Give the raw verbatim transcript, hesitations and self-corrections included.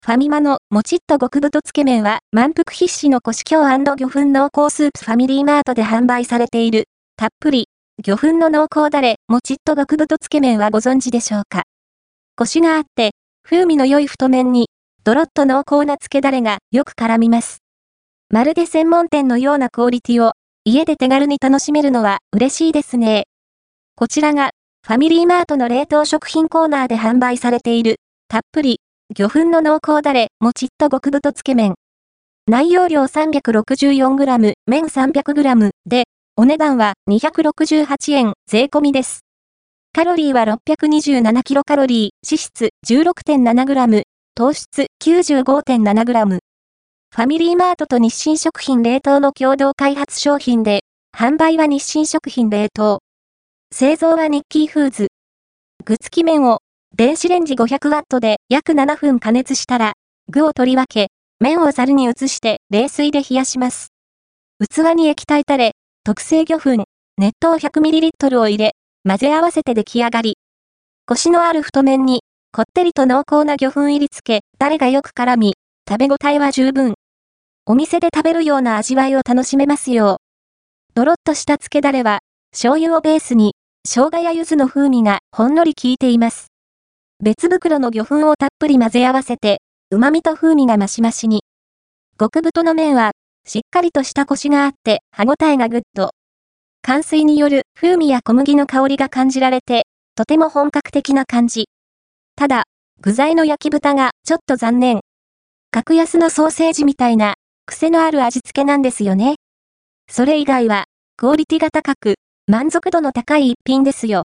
ファミマのもちっと極太つけ麺は満腹必至のコシ京&魚粉濃厚スープファミリーマートで販売されている、たっぷり、魚粉の濃厚だれ、もちっと極太つけ麺はご存知でしょうか。コシがあって、風味の良い太麺に、ドロッと濃厚なつけだれがよく絡みます。まるで専門店のようなクオリティを、家で手軽に楽しめるのは嬉しいですね。こちらが、ファミリーマートの冷凍食品コーナーで販売されている、たっぷり、魚粉の濃厚だれ、もちっと極太つけ麺。内容量 さんびゃくろくじゅうよんグラム、麺 さんびゃくグラム で、お値段はにひゃくろくじゅうはちえん税込みです。カロリーは ろっぴゃくにじゅうななキロカロリー、脂質 じゅうろくてんななグラム、糖質 きゅうじゅうごてんななグラム。ファミリーマートと日清食品冷凍の共同開発商品で、販売は日清食品冷凍。製造はニッキーフーズ。具付き麺を電子レンジ ごひゃくワット で約ななふん加熱したら、具を取り分け、麺をザルに移して冷水で冷やします。器に液体タレ、特製魚粉、熱湯 ひゃくミリリットル を入れ、混ぜ合わせて出来上がり。コシのある太麺に、こってりと濃厚な魚粉入りつけ、タレがよく絡み、食べ応えは十分。お店で食べるような味わいを楽しめますよ。ドロッとしたつけだれは、醤油をベースに、生姜や柚子の風味がほんのり効いています。別袋の魚粉をたっぷり混ぜ合わせて、旨味と風味が増し増しに。極太の麺は、しっかりとしたコシがあって、歯ごたえがグッド。寒水による風味や小麦の香りが感じられて、とても本格的な感じ。ただ、具材の焼き豚がちょっと残念。格安のソーセージみたいな、癖のある味付けなんですよね。それ以外は、クオリティが高く、満足度の高い一品ですよ。